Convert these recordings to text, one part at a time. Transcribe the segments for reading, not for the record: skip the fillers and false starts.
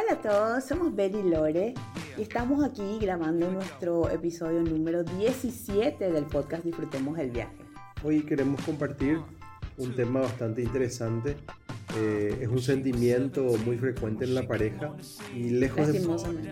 Hola a todos, somos Bel y Lore y estamos aquí grabando nuestro episodio número 17 del podcast Disfrutemos el Viaje. Hoy queremos compartir un tema bastante interesante. Es un sentimiento muy frecuente en la pareja y lastimosamente,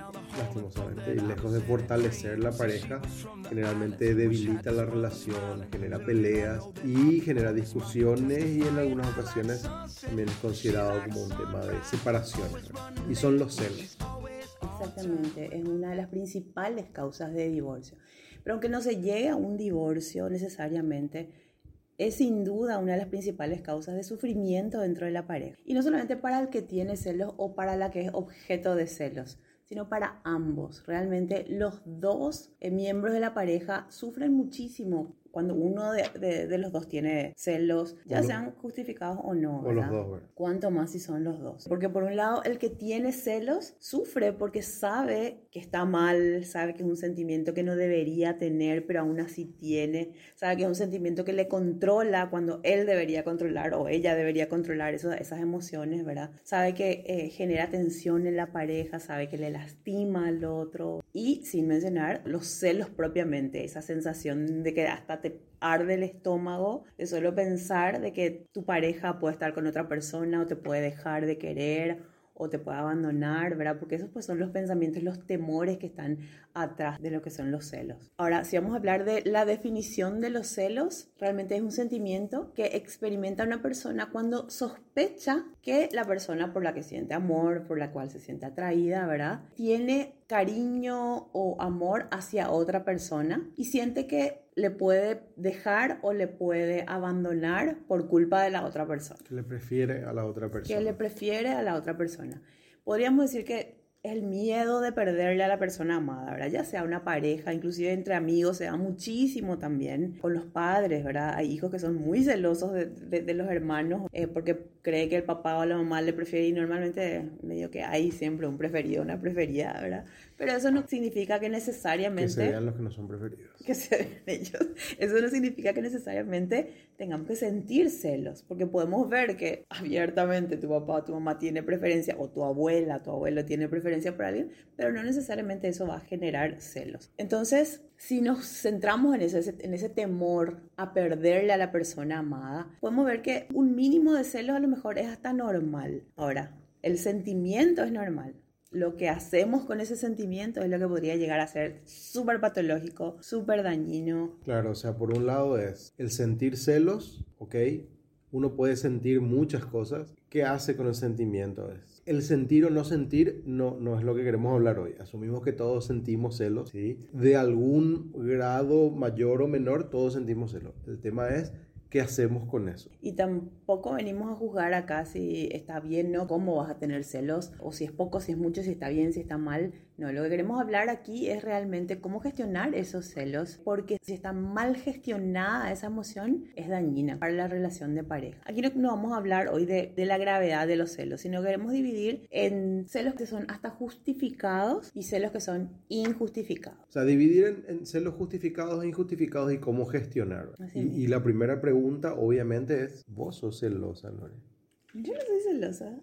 y lejos de fortalecer la pareja, generalmente debilita la relación, genera peleas y genera discusiones y en algunas ocasiones también es considerado como un tema de separación, ¿verdad? Y son los celos. Exactamente, es una de las principales causas de divorcio. Pero aunque no se llegue a un divorcio necesariamente, es sin duda una de las principales causas de sufrimiento dentro de la pareja. Y no solamente para el que tiene celos o para la que es objeto de celos, sino para ambos. Realmente los dos miembros de la pareja sufren muchísimo cuando uno de los dos tiene celos, ya sean justificados o no, ¿verdad? O los dos, ¿verdad? Cuánto más si son los dos. Porque por un lado, el que tiene celos sufre porque sabe que está mal, sabe que es un sentimiento que no debería tener, pero aún así tiene, sabe que es un sentimiento que le controla cuando él debería controlar o ella debería controlar esas emociones, ¿verdad? Sabe que genera tensión en la pareja, sabe que le lastima al otro. Y sin mencionar los celos propiamente, esa sensación de que hasta te arde el estómago de solo pensar de que tu pareja puede estar con otra persona o te puede dejar de querer o te puede abandonar, ¿verdad? Porque esos pues son los pensamientos, los temores que están atrás de lo que son los celos. Ahora, si vamos a hablar de la definición de los celos, realmente es un sentimiento que experimenta una persona cuando sospecha que la persona por la que siente amor, por la cual se siente atraída, ¿verdad? Tiene cariño o amor hacia otra persona y siente que le puede dejar o le puede abandonar por culpa de la otra persona. Que le prefiere a la otra persona. Que le prefiere a la otra persona. Podríamos decir que el miedo de perderle a la persona amada, ¿verdad? Ya sea una pareja, inclusive entre amigos, se da muchísimo también con los padres, ¿verdad? Hay hijos que son muy celosos de los hermanos porque cree que el papá o la mamá le prefiere y normalmente medio que hay siempre un preferido, una preferida, ¿verdad? Pero eso no significa que necesariamente... Que se vean los que no son preferidos. Que se vean ellos. Eso no significa que necesariamente tengamos que sentir celos, porque podemos ver que abiertamente tu papá o tu mamá tiene preferencia, o tu abuela, tu abuelo tiene preferencia por alguien, pero no necesariamente eso va a generar celos. Entonces, si nos centramos en ese temor a perderle a la persona amada, podemos ver que un mínimo de celos a lo mejor es hasta normal. Ahora, el sentimiento es normal. Lo que hacemos con ese sentimiento es lo que podría llegar a ser súper patológico, súper dañino. Claro, o sea, por un lado es el sentir celos, ¿ok? Uno puede sentir muchas cosas. ¿Qué hace con el sentimiento? El sentir o no sentir no es lo que queremos hablar hoy. Asumimos que todos sentimos celos, ¿sí? De algún grado mayor o menor, todos sentimos celos. El tema es ¿qué hacemos con eso? Y tampoco venimos a juzgar acá si está bien, ¿no? ¿Cómo vas a tener celos? O si es poco, si es mucho, si está bien, si está mal. No, lo que queremos hablar aquí es realmente cómo gestionar esos celos, porque si está mal gestionada esa emoción, es dañina para la relación de pareja. Aquí no vamos a hablar hoy de la gravedad de los celos, sino que queremos dividir en celos que son hasta justificados y celos que son injustificados. O sea, dividir en celos justificados e injustificados y cómo gestionar. Y la primera pregunta, obviamente, es, ¿vos sos celosa, Lore? Yo no soy celosa.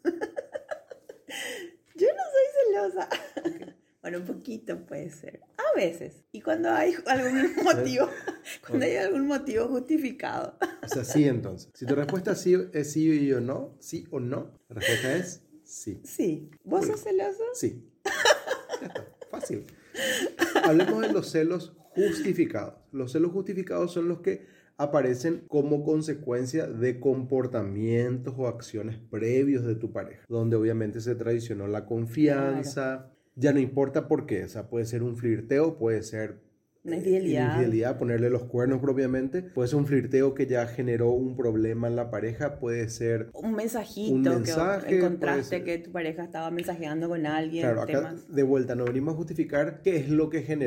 Yo no soy celosa. Okay. Bueno, un poquito puede ser. A veces. Y cuando hay algún motivo, hay algún motivo justificado. O sea, sí entonces. Si tu respuesta sí, es sí o no, sí o no, la respuesta es sí. Sí. ¿Vos sos celoso? Sí. Ya está. Fácil. Hablemos de los celos justificados. Los celos justificados son los que aparecen como consecuencia de comportamientos o acciones previos de tu pareja, donde obviamente se traicionó la confianza. Claro. Ya no importa por qué, o sea, puede ser un flirteo, puede ser una infidelidad, ponerle los cuernos propiamente, puede ser un flirteo que ya generó un problema en la pareja, puede ser un mensaje, que encontraste que tu pareja estaba mensajeando con alguien. Claro, acá de vuelta no venimos a justificar qué es lo que generó.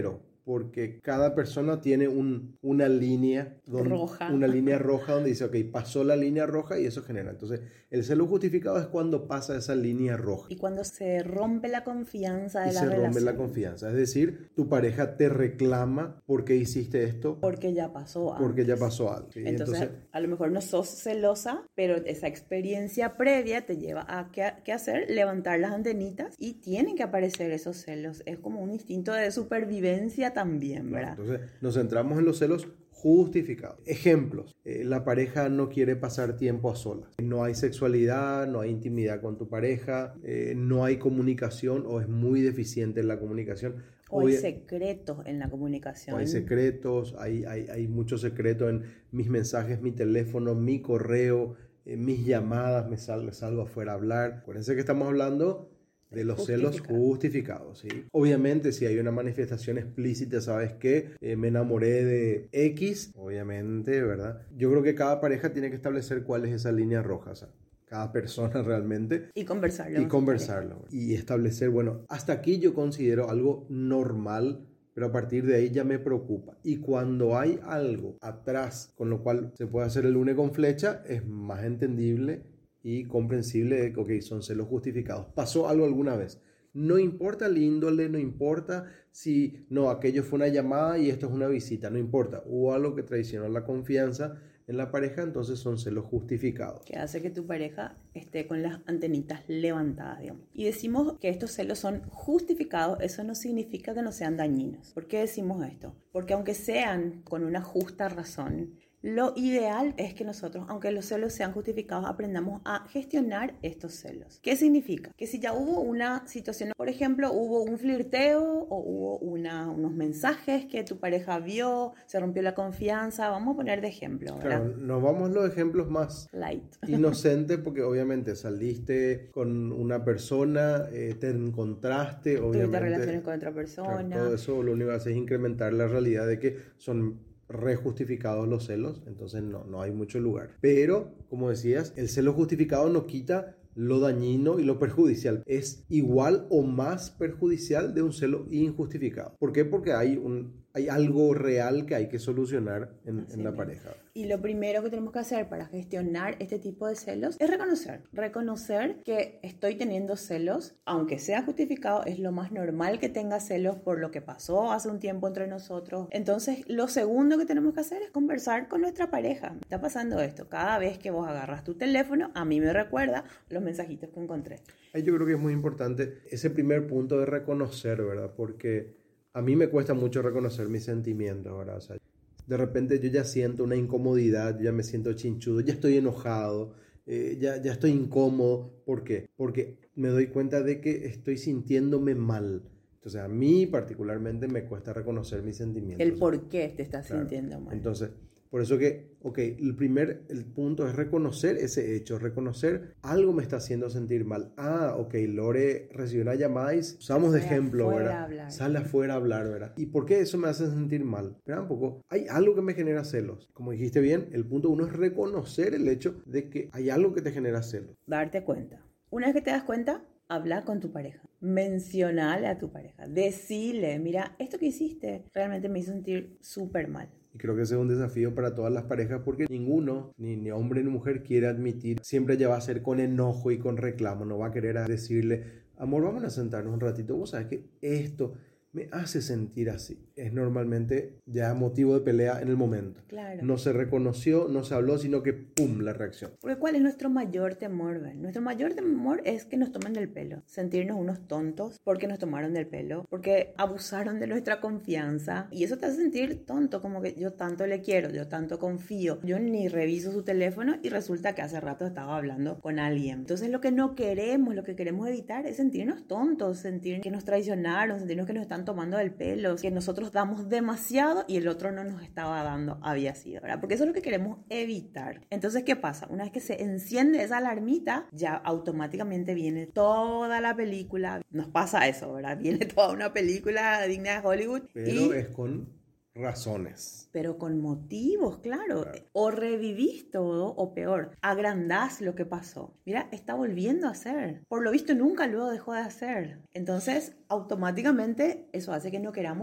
porque cada persona tiene una línea roja. Una línea roja donde dice, ok, pasó la línea roja y eso genera. Entonces, el celo justificado es cuando pasa esa línea roja. Y cuando se rompe la confianza de la relación. Se rompe la confianza. Es decir, tu pareja te reclama porque hiciste esto. Porque ya pasó antes. Porque ya pasó algo. ¿Sí? Entonces, a lo mejor no sos celosa, pero esa experiencia previa te lleva a ¿qué hacer? Levantar las antenitas y tienen que aparecer esos celos. Es como un instinto de supervivencia también, ¿verdad? Entonces, nos centramos en los celos justificados. Ejemplos. La pareja no quiere pasar tiempo a solas. No hay sexualidad, no hay intimidad con tu pareja, no hay comunicación o es muy deficiente en la comunicación. O hay secretos en la comunicación. Hay secretos, hay muchos secretos en mis mensajes, mi teléfono, mi correo, mis llamadas, me salgo afuera a hablar. Acuérdense que estamos hablando de los celos justificados, ¿sí? Obviamente, si hay una manifestación explícita, ¿sabes qué? Me enamoré de X, obviamente, ¿verdad? Yo creo que cada pareja tiene que establecer cuál es esa línea roja, o sea, cada persona realmente. Y conversarlo. Y establecer, bueno, hasta aquí yo considero algo normal, pero a partir de ahí ya me preocupa. Y cuando hay algo atrás con lo cual se puede hacer el lunes con flecha, es más entendible y comprensible de que, ok, son celos justificados. ¿Pasó algo alguna vez? No importa el índole, no importa si, no, aquello fue una llamada y esto es una visita, no importa. Hubo algo que traicionó la confianza en la pareja, entonces son celos justificados. Que hace que tu pareja esté con las antenitas levantadas, digamos. Y decimos que estos celos son justificados, eso no significa que no sean dañinos. ¿Por qué decimos esto? Porque aunque sean con una justa razón, lo ideal es que nosotros, aunque los celos sean justificados, aprendamos a gestionar estos celos. ¿Qué significa? Que si ya hubo una situación, por ejemplo, hubo un flirteo o hubo unos mensajes que tu pareja vio, se rompió la confianza, vamos a poner de ejemplo, ¿verdad? Claro, nos vamos a los ejemplos más light, inocentes, porque obviamente saliste con una persona, te encontraste, obviamente. Tuviste relaciones con otra persona. Claro, todo eso lo único que hace es incrementar la realidad de que son rejustificados los celos, entonces no hay mucho lugar. Pero, como decías, el celo justificado no quita lo dañino y lo perjudicial. Es igual o más perjudicial de un celo injustificado. ¿Por qué? Porque hay algo real que hay que solucionar en la pareja. Y lo primero que tenemos que hacer para gestionar este tipo de celos es reconocer que estoy teniendo celos, aunque sea justificado, es lo más normal que tenga celos por lo que pasó hace un tiempo entre nosotros. Entonces, lo segundo que tenemos que hacer es conversar con nuestra pareja. Me está pasando esto. Cada vez que vos agarras tu teléfono, a mí me recuerda los mensajitos que encontré. Yo creo que es muy importante ese primer punto de reconocer, ¿verdad? Porque a mí me cuesta mucho reconocer mis sentimientos, ¿verdad? O sea, de repente yo ya siento una incomodidad, ya me siento chinchudo, ya estoy enojado, ya estoy incómodo. ¿Por qué? Porque me doy cuenta de que estoy sintiéndome mal. Entonces a mí particularmente me cuesta reconocer mis sentimientos. El por qué te estás sintiendo mal. Entonces, por eso que, el punto es reconocer ese hecho, reconocer algo me está haciendo sentir mal. Lore recibió una llamada y usamos de ejemplo, ¿verdad? Sale afuera a hablar, ¿verdad? ¿Y por qué eso me hace sentir mal? Espera un poco, hay algo que me genera celos. Como dijiste bien, el punto 1 es reconocer el hecho de que hay algo que te genera celos. Darte cuenta. Una vez que te das cuenta, habla con tu pareja, mencionale a tu pareja, decile, mira, esto que hiciste realmente me hizo sentir súper mal. Y creo que ese es un desafío para todas las parejas porque ninguno, ni hombre ni mujer, quiere admitir, siempre ya va a ser con enojo y con reclamo, no va a querer decirle, amor, vamos a sentarnos un ratito, vos sabes que esto me hace sentir así. Es normalmente ya motivo de pelea en el momento. Claro. No se reconoció, no se habló, sino que ¡pum! La reacción. Porque ¿cuál es nuestro mayor temor? ¿Ven? Nuestro mayor temor es que nos tomen del pelo. Sentirnos unos tontos porque nos tomaron del pelo, porque abusaron de nuestra confianza. Y eso te hace sentir tonto, como que yo tanto le quiero, yo tanto confío. Yo ni reviso su teléfono y resulta que hace rato estaba hablando con alguien. Entonces lo que no queremos, lo que queremos evitar es sentirnos tontos, sentir que nos traicionaron, sentirnos que nos están tomando del pelo, que nosotros damos demasiado y el otro no nos estaba dando, había sido, ¿verdad? Porque eso es lo que queremos evitar. Entonces, ¿qué pasa? Una vez que se enciende esa alarmita, ya automáticamente viene toda la película. Nos pasa eso, ¿verdad? Viene toda una película digna de Hollywood. Pero es con razones. Pero con motivos, claro. O revivís todo, o peor, agrandás lo que pasó. Mira, está volviendo a hacer. Por lo visto nunca luego dejó de hacer. Entonces, automáticamente eso hace que no queramos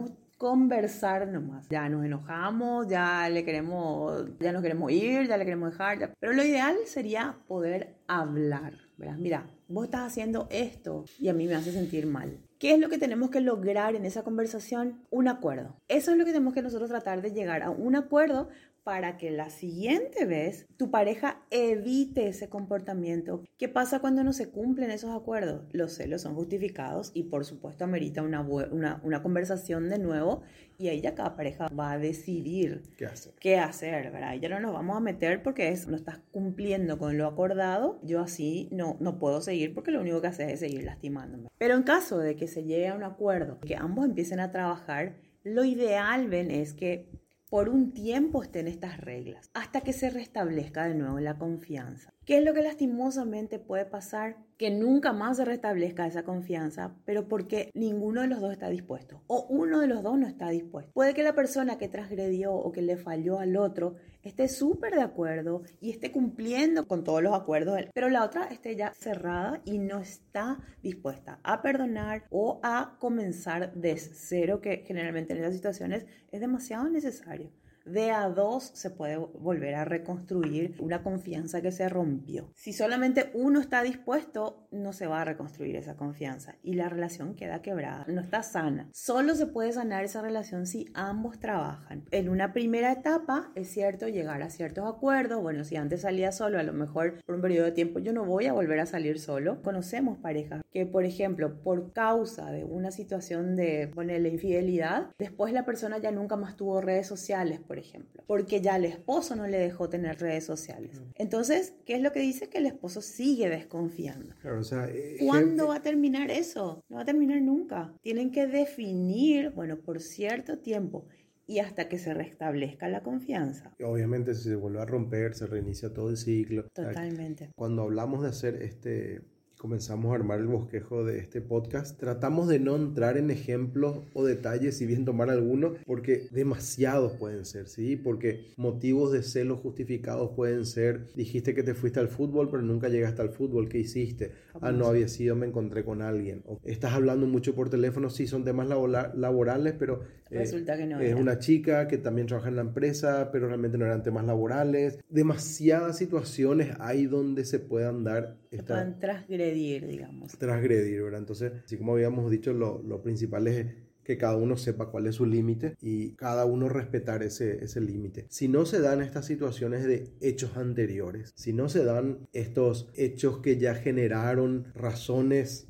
conversar nomás. Ya nos enojamos, ya nos queremos ir, ya le queremos dejar. Pero lo ideal sería poder hablar, ¿verdad? Mira, vos estás haciendo esto y a mí me hace sentir mal. ¿Qué es lo que tenemos que lograr en esa conversación? Un acuerdo. Eso es lo que tenemos que nosotros tratar de llegar a un acuerdo para que la siguiente vez tu pareja evite ese comportamiento. ¿Qué pasa cuando no se cumplen esos acuerdos? Los celos son justificados y por supuesto amerita una conversación de nuevo y ahí ya cada pareja va a decidir qué hacer, ¿verdad? Ya no nos vamos a meter porque no estás cumpliendo con lo acordado. Yo así no puedo seguir porque lo único que haces es seguir lastimándome. Pero en caso de que se llegue a un acuerdo, que ambos empiecen a trabajar, lo ideal, ven, es que por un tiempo estén estas reglas, hasta que se restablezca de nuevo la confianza. ¿Qué es lo que lastimosamente puede pasar? Que nunca más se restablezca esa confianza, pero porque ninguno de los dos está dispuesto, o uno de los dos no está dispuesto. Puede que la persona que transgredió o que le falló al otro esté súper de acuerdo y esté cumpliendo con todos los acuerdos, pero la otra esté ya cerrada y no está dispuesta a perdonar o a comenzar de cero, que generalmente en esas situaciones es demasiado necesario. De a dos se puede volver a reconstruir una confianza que se rompió. Si solamente uno está dispuesto, no se va a reconstruir esa confianza y la relación queda quebrada, no está sana. Solo se puede sanar esa relación si ambos trabajan. En una primera etapa, es cierto, llegar a ciertos acuerdos. Bueno, si antes salía solo, a lo mejor por un periodo de tiempo yo no voy a volver a salir solo. Conocemos parejas que, por ejemplo, por causa de una situación de ponerle infidelidad, después la persona ya nunca más tuvo redes sociales, por ejemplo, porque ya el esposo no le dejó tener redes sociales. Entonces, ¿qué es lo que dice? Que el esposo sigue desconfiando. Claro, o sea, ¿Cuándo va a terminar eso? No va a terminar nunca. Tienen que definir, bueno, por cierto tiempo y hasta que se restablezca la confianza. Obviamente, si se vuelve a romper, se reinicia todo el ciclo. Totalmente. Cuando hablamos de hacer comenzamos a armar el bosquejo de este podcast, tratamos de no entrar en ejemplos o detalles, si bien tomar algunos, porque demasiados pueden ser, ¿sí? Porque motivos de celos justificados pueden ser: dijiste que te fuiste al fútbol, pero nunca llegaste al fútbol, ¿qué hiciste? No había sido, me encontré con alguien. O estás hablando mucho por teléfono, sí, son temas laborales, pero resulta que no es era. una chica que también trabaja en la empresa, pero realmente no eran temas laborales. Demasiadas situaciones hay donde se puedan dar puedan transgredir, digamos. Transgredir, ¿verdad? Entonces, así como habíamos dicho, lo principal es que cada uno sepa cuál es su límite y cada uno respetar ese límite. Si no se dan estas situaciones de hechos anteriores, si no se dan estos hechos que ya generaron razones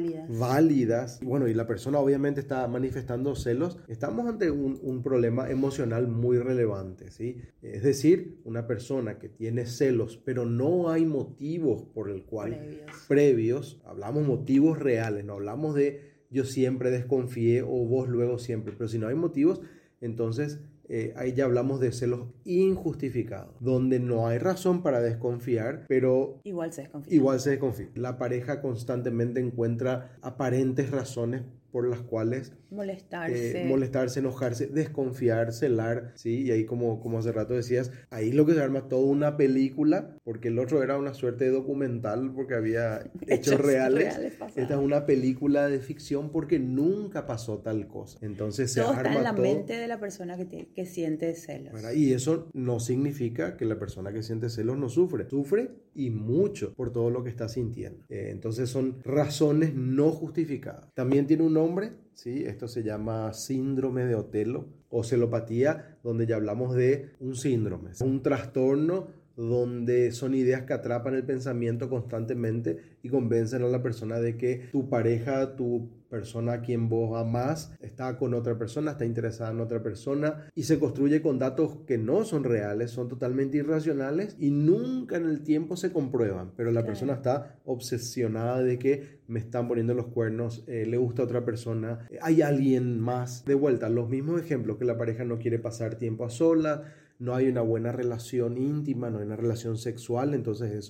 válidas, bueno, y la persona obviamente está manifestando celos, estamos ante un problema emocional muy relevante, ¿sí? Es decir, una persona que tiene celos, pero no hay motivos por el cual previos, hablamos motivos reales, no hablamos de yo siempre desconfié o vos luego siempre, pero si no hay motivos, entonces ahí ya hablamos de celos injustificados, donde no hay razón para desconfiar, pero igual se desconfía. La pareja constantemente encuentra aparentes razones por las cuales molestarse, enojarse, desconfiar, celar, ¿sí? Y ahí como hace rato decías, ahí lo que se arma toda una película, porque el otro era una suerte de documental porque había hechos reales. Esta es una película de ficción porque nunca pasó tal cosa. Entonces se arma todo. Está en la mente de la persona que siente celos. ¿Verdad? Y eso no significa que la persona que siente celos no sufre. Sufre y mucho por todo lo que está sintiendo. Entonces son razones no justificadas. También tiene un nombre, ¿sí? Esto se llama síndrome de Otelo o celopatía, donde ya hablamos de un síndrome, un trastorno donde son ideas que atrapan el pensamiento constantemente y convencen a la persona de que tu pareja, tu persona a quien vos amás, está con otra persona, está interesada en otra persona, y se construye con datos que no son reales, son totalmente irracionales y nunca en el tiempo se comprueban, pero la persona está obsesionada de que me están poniendo los cuernos, le gusta a otra persona, hay alguien más. De vuelta, los mismos ejemplos, que la pareja no quiere pasar tiempo a solas, no hay una buena relación íntima, no hay una relación sexual, entonces eso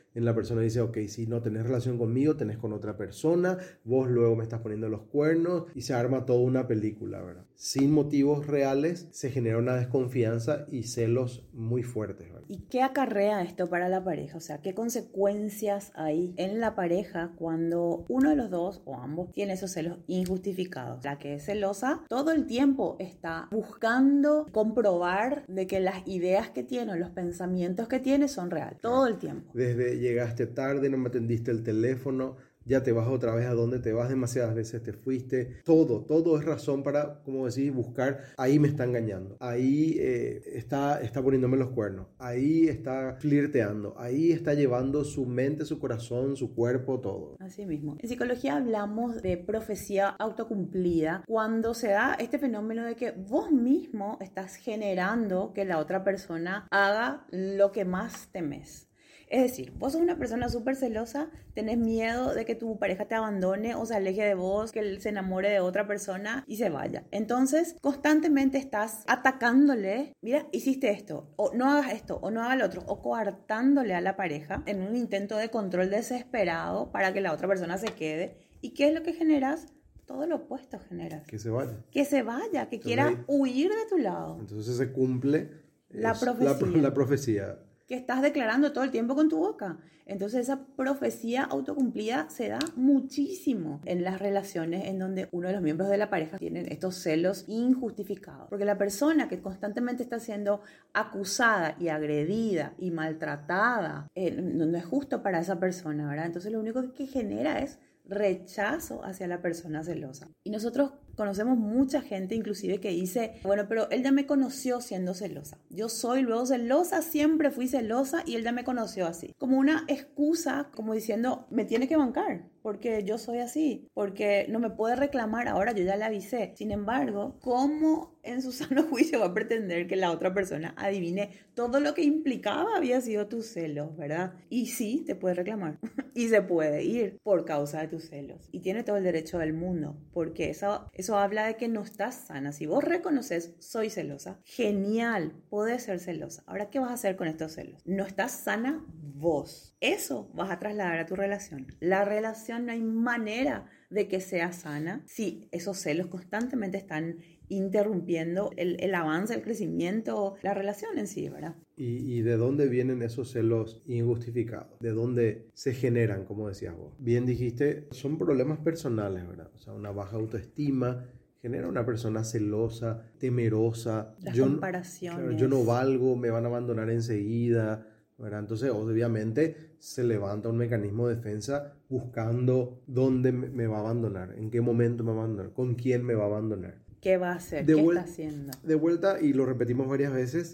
en la persona dice, ok, si no tenés relación conmigo, tenés con otra persona, vos luego me estás poniendo los cuernos y se arma toda una película, ¿verdad? Sin motivos reales se genera una desconfianza y celos muy fuertes, ¿verdad? ¿Y qué acarrea esto para la pareja? O sea, ¿qué consecuencias hay en la pareja cuando uno de los dos o ambos tiene esos celos injustificados? La que es celosa todo el tiempo está buscando comprobar de que las ideas que tiene o los pensamientos que tiene son reales. Todo el tiempo. Desde llegaste tarde, no me atendiste el teléfono, ya te vas otra vez a donde te vas, demasiadas veces te fuiste. Todo es razón para, como decís, buscar, ahí me está engañando, ahí está poniéndome los cuernos, ahí está flirteando, ahí está llevando su mente, su corazón, su cuerpo, todo. Así mismo. En psicología hablamos de profecía autocumplida cuando se da este fenómeno de que vos mismo estás generando que la otra persona haga lo que más temes. Es decir, vos sos una persona súper celosa, tenés miedo de que tu pareja te abandone o se aleje de vos, que él se enamore de otra persona y se vaya. Entonces, constantemente estás atacándole, mira, hiciste esto, o no hagas esto, o no hagas lo otro, o coartándole a la pareja en un intento de control desesperado para que la otra persona se quede. ¿Y qué es lo que generas? Todo lo opuesto generas. Que se vaya. Que se vaya, que quiera huir de tu lado. Entonces se cumple la profecía. La profecía. Que estás declarando todo el tiempo con tu boca. Entonces esa profecía autocumplida se da muchísimo en las relaciones en donde uno de los miembros de la pareja tienen estos celos injustificados. Porque la persona que constantemente está siendo acusada y agredida y maltratada no es justo para esa persona, ¿verdad? Entonces lo único que genera es rechazo hacia la persona celosa. Y nosotros conocemos mucha gente inclusive que dice, bueno, pero él ya me conoció siendo celosa. Yo soy luego celosa, siempre fui celosa y él ya me conoció así. Como una excusa, como diciendo, me tiene que bancar porque yo soy así, porque no me puede reclamar ahora, yo ya le avisé. Sin embargo, ¿cómo en su sano juicio va a pretender que la otra persona adivine todo lo que implicaba había sido tus celos, ¿verdad? Y sí, te puede reclamar y se puede ir por causa de tus celos y tiene todo el derecho del mundo, porque eso habla de que no estás sana. Si vos reconoces, soy celosa, genial, podés ser celosa. Ahora, ¿qué vas a hacer con estos celos? No estás sana vos. Eso vas a trasladar a tu relación. La relación no hay manera de que sea sana si esos celos constantemente están interrumpiendo el avance, el crecimiento, la relación en sí, ¿verdad? ¿Y de dónde vienen esos celos injustificados? ¿De dónde se generan, como decías vos? Bien dijiste, son problemas personales, ¿verdad? O sea, una baja autoestima genera una persona celosa, temerosa. Las comparaciones. Claro, yo no valgo, me van a abandonar enseguida, ¿verdad? Entonces, obviamente, se levanta un mecanismo de defensa buscando dónde me va a abandonar, en qué momento me va a abandonar, con quién me va a abandonar. ¿Qué va a hacer? ¿Qué está haciendo? De vuelta, y lo repetimos varias veces,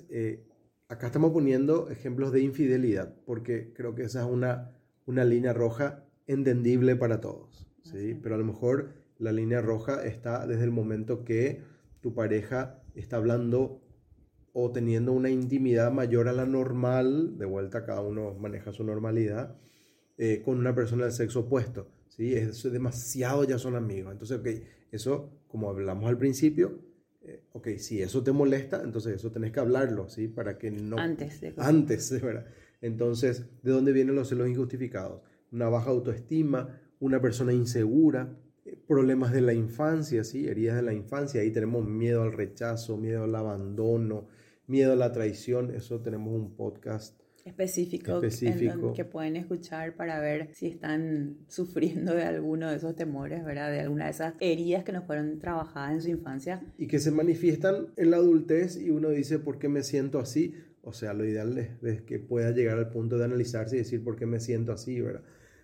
acá estamos poniendo ejemplos de infidelidad, porque creo que esa es una línea roja entendible para todos, ¿sí? Pero a lo mejor la línea roja está desde el momento que tu pareja está hablando o teniendo una intimidad mayor a la normal, de vuelta cada uno maneja su normalidad, con una persona del sexo opuesto, ¿sí? Eso es demasiado, ya son amigos. Entonces, ok, eso, como hablamos al principio, ok, si eso te molesta, entonces eso tenés que hablarlo, ¿sí? Para que no... Antes, ¿verdad? Entonces, ¿de dónde vienen los celos injustificados? Una baja autoestima, una persona insegura, problemas de la infancia, ¿sí? Heridas de la infancia, ahí tenemos miedo al rechazo, miedo al abandono, miedo a la traición. Eso tenemos un podcast específico. Que pueden escuchar para ver si están sufriendo de alguno de esos temores, ¿verdad? De alguna de esas heridas que no fueron trabajadas en su infancia. Y que se manifiestan en la adultez y uno dice, ¿por qué me siento así? O sea, lo ideal es que pueda llegar al punto de analizarse y decir, ¿por qué me siento así? ¿Verdad?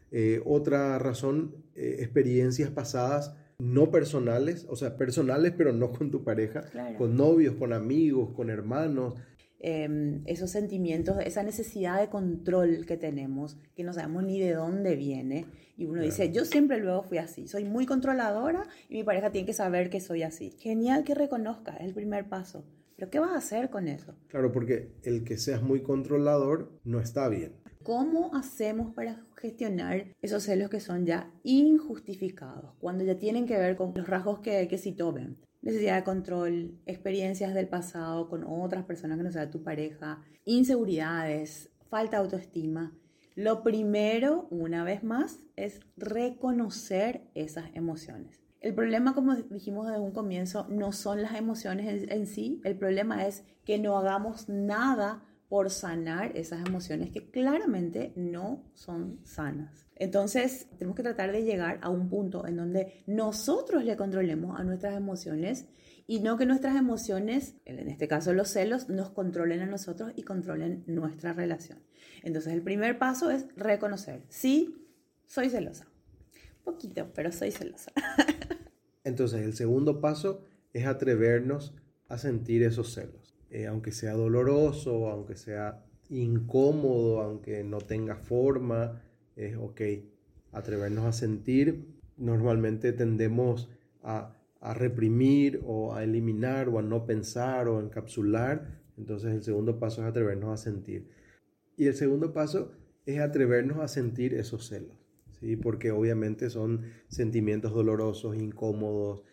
Otra razón, experiencias pasadas no personales, o sea, personales pero no con tu pareja, claro. Con novios, con amigos, con hermanos. Esos sentimientos, esa necesidad de control que tenemos, que no sabemos ni de dónde viene, y uno dice, yo siempre luego fui así, soy muy controladora y mi pareja tiene que saber que soy así. Genial que reconozca, es el primer paso, pero ¿qué vas a hacer con eso? Claro, porque el que seas muy controlador no está bien. ¿Cómo hacemos para gestionar esos celos que son ya injustificados, cuando ya tienen que ver con los rasgos que citó Ben? Necesidad de control, experiencias del pasado con otras personas que no sea tu pareja, inseguridades, falta de autoestima. Lo primero, una vez más, es reconocer esas emociones. El problema, como dijimos desde un comienzo, no son las emociones en sí. El problema es que no hagamos nada por sanar esas emociones que claramente no son sanas. Entonces, tenemos que tratar de llegar a un punto en donde nosotros le controlemos a nuestras emociones y no que nuestras emociones, en este caso los celos, nos controlen a nosotros y controlen nuestra relación. Entonces, el primer paso es reconocer. Sí, soy celosa. Poquito, pero soy celosa. Entonces, el segundo paso es atrevernos a sentir esos celos. Aunque sea doloroso, aunque sea incómodo, aunque no tenga forma, es atrevernos a sentir. Normalmente tendemos a reprimir o a eliminar o a no pensar o a encapsular. Entonces el segundo paso es atrevernos a sentir. Y el segundo paso es atrevernos a sentir esos celos, ¿sí? Porque obviamente son sentimientos dolorosos, incómodos,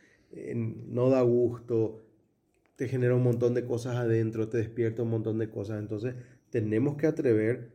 no da gusto, te genera un montón de cosas adentro, te despierta un montón de cosas. Entonces tenemos que atrever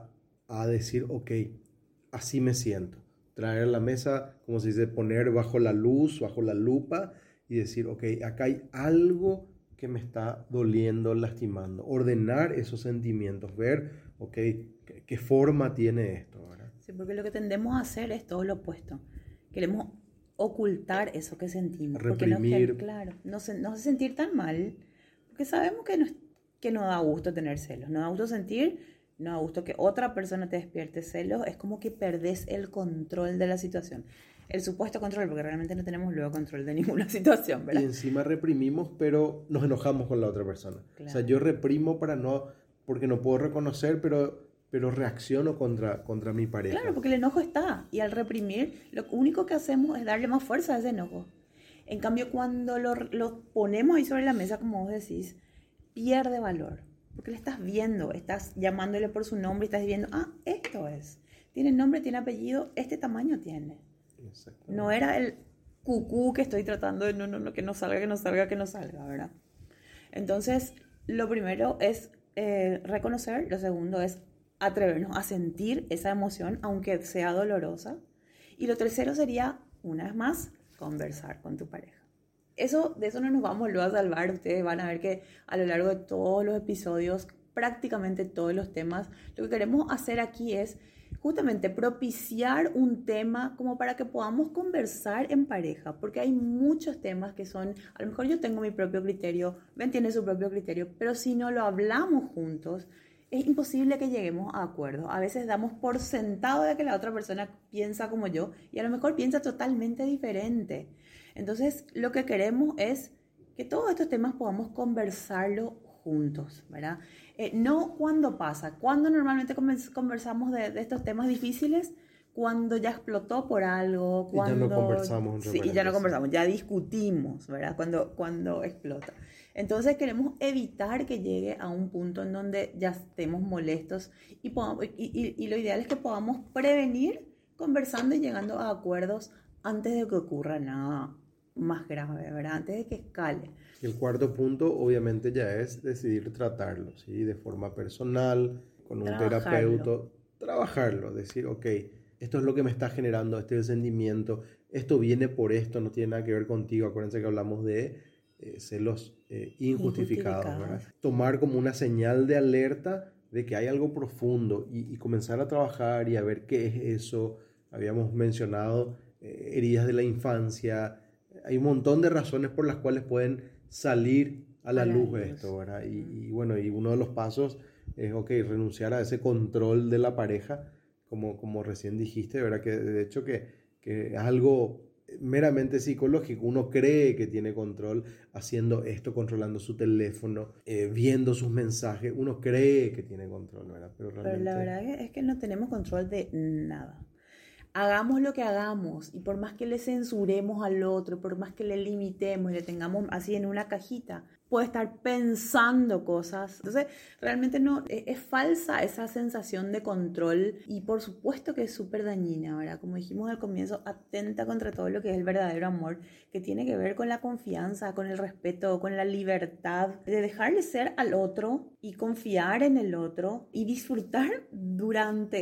a decir, ok, así me siento. Traer a la mesa, como se dice, poner bajo la luz, bajo la lupa y decir, ok, acá hay algo que me está doliendo, lastimando. Ordenar esos sentimientos, ver, ok, qué forma tiene esto, ¿verdad? Sí, porque lo que tendemos a hacer es todo lo opuesto. Queremos ocultar eso que sentimos. Reprimir. Porque claro, no hace sentir tan mal, porque sabemos que no da gusto tener celos, no da gusto sentir, no da gusto que otra persona te despierte celos, es como que perdés el control de la situación. El supuesto control, porque realmente no tenemos luego control de ninguna situación, ¿verdad? Y encima reprimimos, pero nos enojamos con la otra persona. Claro. O sea, yo reprimo porque no puedo reconocer, pero reacciono contra mi pareja. Claro, porque el enojo está. Y al reprimir, lo único que hacemos es darle más fuerza a ese enojo. En cambio, cuando lo ponemos ahí sobre la mesa, como vos decís, pierde valor. Porque le estás viendo, estás llamándole por su nombre y estás diciendo, esto es. Tiene nombre, tiene apellido, este tamaño tiene. No era el cucú que estoy tratando de no, que no salga, ¿verdad? Entonces, lo primero es reconocer, lo segundo es atrevernos a sentir esa emoción, aunque sea dolorosa. Y lo tercero sería, una vez más, conversar con tu pareja. De eso no nos vamos luego a salvar. Ustedes van a ver que a lo largo de todos los episodios, prácticamente todos los temas, lo que queremos hacer aquí es justamente propiciar un tema como para que podamos conversar en pareja, porque hay muchos temas que son, a lo mejor yo tengo mi propio criterio, Ben tiene su propio criterio, pero si no lo hablamos juntos, es imposible que lleguemos a acuerdos. A veces damos por sentado de que la otra persona piensa como yo y a lo mejor piensa totalmente diferente. Entonces, lo que queremos es que todos estos temas podamos conversarlo juntos, ¿verdad? No cuando pasa. Cuando normalmente conversamos de estos temas difíciles, cuando ya explotó por algo, cuando... Y ya no conversamos. Sí, y ya no conversamos, ya discutimos, ¿verdad? Cuando explota. Entonces queremos evitar que llegue a un punto en donde ya estemos molestos y lo ideal es que podamos prevenir conversando y llegando a acuerdos antes de que ocurra nada más grave, ¿verdad? Antes de que escale. El cuarto punto obviamente ya es decidir tratarlo, ¿sí? De forma personal, con un terapeuta, trabajarlo, decir, ok, esto es lo que me está generando, este es el sentimiento, esto viene por esto, no tiene nada que ver contigo. Acuérdense que hablamos de celos injustificados, ¿verdad? Tomar como una señal de alerta de que hay algo profundo y comenzar a trabajar y a ver qué es eso. Habíamos mencionado heridas de la infancia. Hay un montón de razones por las cuales pueden salir a la luz esto, ¿verdad? Y bueno, y uno de los pasos es, renunciar a ese control de la pareja, como recién dijiste, ¿verdad? Que de hecho que es algo meramente psicológico. Uno cree que tiene control haciendo esto, controlando su teléfono, viendo sus mensajes. Uno cree que tiene control, ¿verdad? Pero la verdad es que no tenemos control de nada. Hagamos lo que hagamos y por más que le censuremos al otro, por más que le limitemos y le tengamos así en una cajita, puede estar pensando cosas. Entonces, realmente no, es falsa esa sensación de control y por supuesto que es súper dañina, ¿verdad? Como dijimos al comienzo, atenta contra todo lo que es el verdadero amor, que tiene que ver con la confianza, con el respeto, con la libertad, de dejarle ser al otro y confiar en el otro y disfrutar durante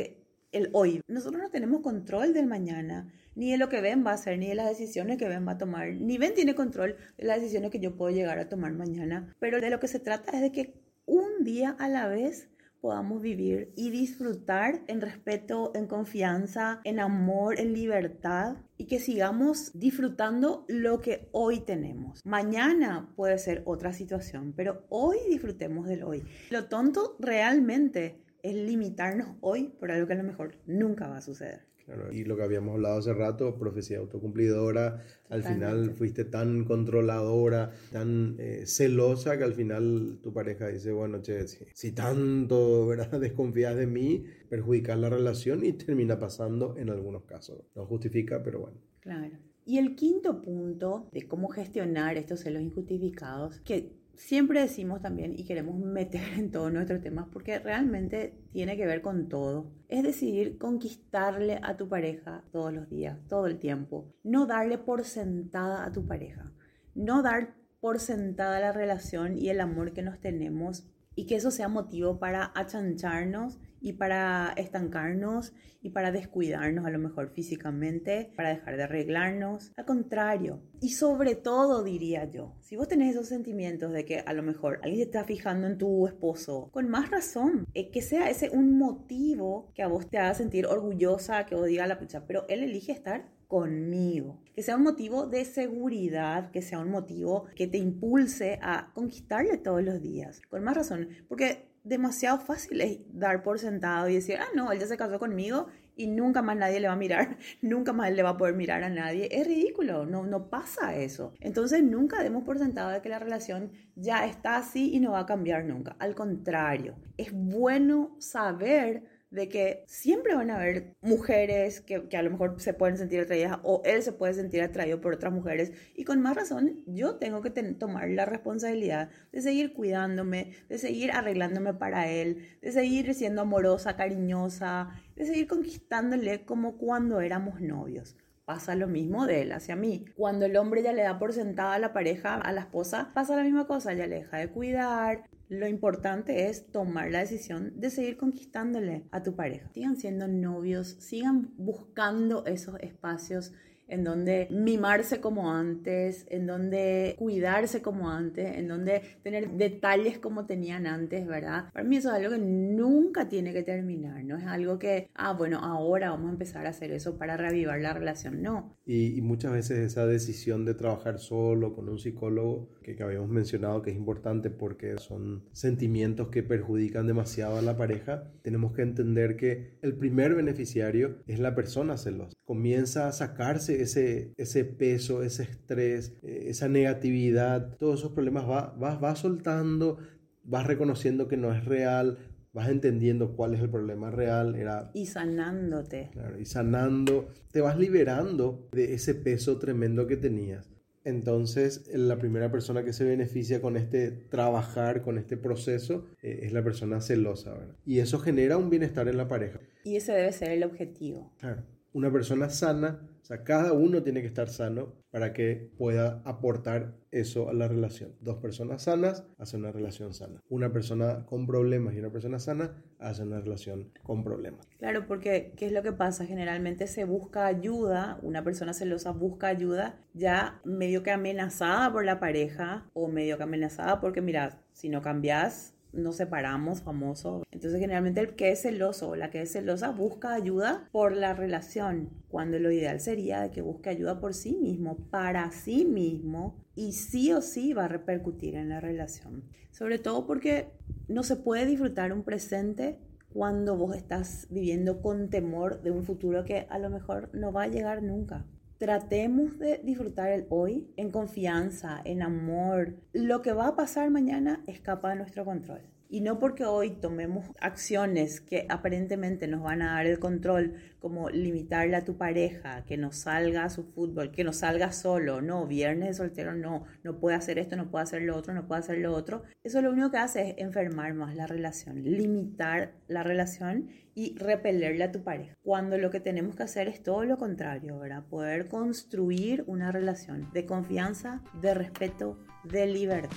el hoy. Nosotros no tenemos control del mañana, ni de lo que Ben va a hacer, ni de las decisiones que Ben va a tomar. Ni Ben tiene control de las decisiones que yo puedo llegar a tomar mañana. Pero de lo que se trata es de que un día a la vez podamos vivir y disfrutar en respeto, en confianza, en amor, en libertad, y que sigamos disfrutando lo que hoy tenemos. Mañana puede ser otra situación, pero hoy disfrutemos del hoy. Lo tonto realmente es limitarnos hoy por algo que a lo mejor nunca va a suceder. Claro, y lo que habíamos hablado hace rato, profecía autocumplidora, al final fuiste tan controladora, tan celosa, que al final tu pareja dice, bueno, che, si tanto, ¿verdad?, desconfías de mí, perjudicas la relación, y termina pasando en algunos casos. No justifica, pero bueno. Claro. Y el quinto punto de cómo gestionar estos celos injustificados, que siempre decimos también y queremos meter en todos nuestros temas porque realmente tiene que ver con todo, es decidir conquistarle a tu pareja todos los días, todo el tiempo. No darle por sentada a tu pareja, no dar por sentada la relación y el amor que nos tenemos, y que eso sea motivo para achancharnos y para estancarnos y para descuidarnos a lo mejor físicamente, para dejar de arreglarnos. Al contrario, y sobre todo diría yo, si vos tenés esos sentimientos de que a lo mejor alguien se está fijando en tu esposo, con más razón, que sea ese un motivo que a vos te haga sentir orgullosa, que vos digas la pucha, pero él elige estar conmigo. Que sea un motivo de seguridad, que sea un motivo que te impulse a conquistarle todos los días. Con más razón, porque demasiado fácil es dar por sentado y decir, no, él ya se casó conmigo y nunca más nadie le va a mirar, nunca más él le va a poder mirar a nadie. Es ridículo, no pasa eso. Entonces nunca demos por sentado de que la relación ya está así y no va a cambiar nunca. Al contrario, es bueno saber de que siempre van a haber mujeres que a lo mejor se pueden sentir atraídas, o él se puede sentir atraído por otras mujeres, y con más razón yo tengo que tomar la responsabilidad de seguir cuidándome, de seguir arreglándome para él, de seguir siendo amorosa, cariñosa, de seguir conquistándole como cuando éramos novios. Pasa lo mismo de él hacia mí. Cuando el hombre ya le da por sentada a la pareja, a la esposa, pasa la misma cosa, ya le deja de cuidar. Lo importante es tomar la decisión de seguir conquistándole a tu pareja. Sigan siendo novios, sigan buscando esos espacios en donde mimarse como antes, en donde cuidarse como antes, en donde tener detalles como tenían antes, ¿verdad? Para mí eso es algo que nunca tiene que terminar, no es algo que, bueno, ahora vamos a empezar a hacer eso para reavivar la relación, no. Y muchas veces esa decisión de trabajar solo con un psicólogo, que habíamos mencionado que es importante porque son sentimientos que perjudican demasiado a la pareja, tenemos que entender que el primer beneficiario es la persona celosa. Comienza a sacarse ese peso, ese estrés, esa negatividad, todos esos problemas vas soltando, vas reconociendo que no es real, vas entendiendo cuál es el problema real. Y sanándote. Claro, y sanando, te vas liberando de ese peso tremendo que tenías. Entonces, la primera persona que se beneficia con este trabajar, con este proceso, es la persona celosa, ¿verdad? Y eso genera un bienestar en la pareja. Y ese debe ser el objetivo. Claro. Una persona sana, o sea, cada uno tiene que estar sano para que pueda aportar eso a la relación. Dos personas sanas hacen una relación sana. Una persona con problemas y una persona sana hacen una relación con problemas. Claro, porque ¿qué es lo que pasa? Generalmente se busca ayuda, una persona celosa busca ayuda ya medio que amenazada por la pareja, o medio que amenazada porque mira, si no cambias, nos separamos, famoso. Entonces generalmente el que es celoso o la que es celosa busca ayuda por la relación, cuando lo ideal sería de que busque ayuda por sí mismo, para sí mismo, y sí o sí va a repercutir en la relación. Sobre todo porque no se puede disfrutar un presente cuando vos estás viviendo con temor de un futuro que a lo mejor no va a llegar nunca. Tratemos de disfrutar el hoy en confianza, en amor. Lo que va a pasar mañana escapa de nuestro control. Y no porque hoy tomemos acciones que aparentemente nos van a dar el control, como limitarle a tu pareja, que no salga a su fútbol, que no salga solo, no, viernes de soltero, no puede hacer esto, no puede hacer lo otro, no puede hacer lo otro. Eso lo único que hace es enfermar más la relación, limitar la relación y repelerle a tu pareja. Cuando lo que tenemos que hacer es todo lo contrario, ¿verdad? Poder construir una relación de confianza, de respeto, de libertad.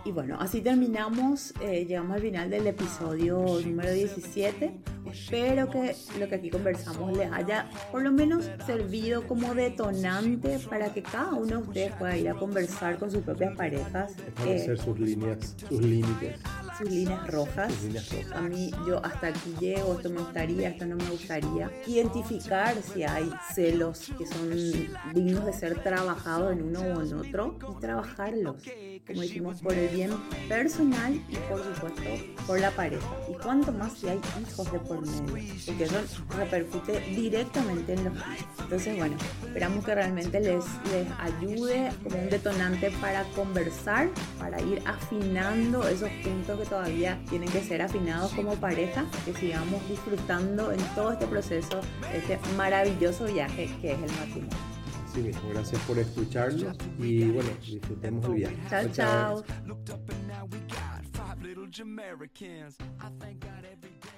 Y bueno, así terminamos, llegamos al final del episodio número 17. Espero que lo que aquí conversamos les haya por lo menos servido como detonante para que cada uno de ustedes pueda ir a conversar con sus propias parejas. Establecer sus líneas, sus límites. Sus líneas rojas. Sus líneas rojas. A mí, yo hasta aquí llego, esto me gustaría, esto no me gustaría. Identificar si hay celos que son dignos de ser trabajados en uno o en otro y trabajarlos, como dijimos, por el bien personal y por supuesto por la pareja. Y cuanto más si hay hijos de por medio, porque eso repercute directamente en los hijos. Entonces, bueno, esperamos que realmente les ayude como un detonante para conversar, para ir afinando esos puntos que todavía tienen que ser afinados como pareja, que sigamos disfrutando en todo este proceso, este maravilloso viaje que es el matrimonio. Sí mismo, gracias por escucharnos y bueno, disfrutemos el viaje. Chao, chao.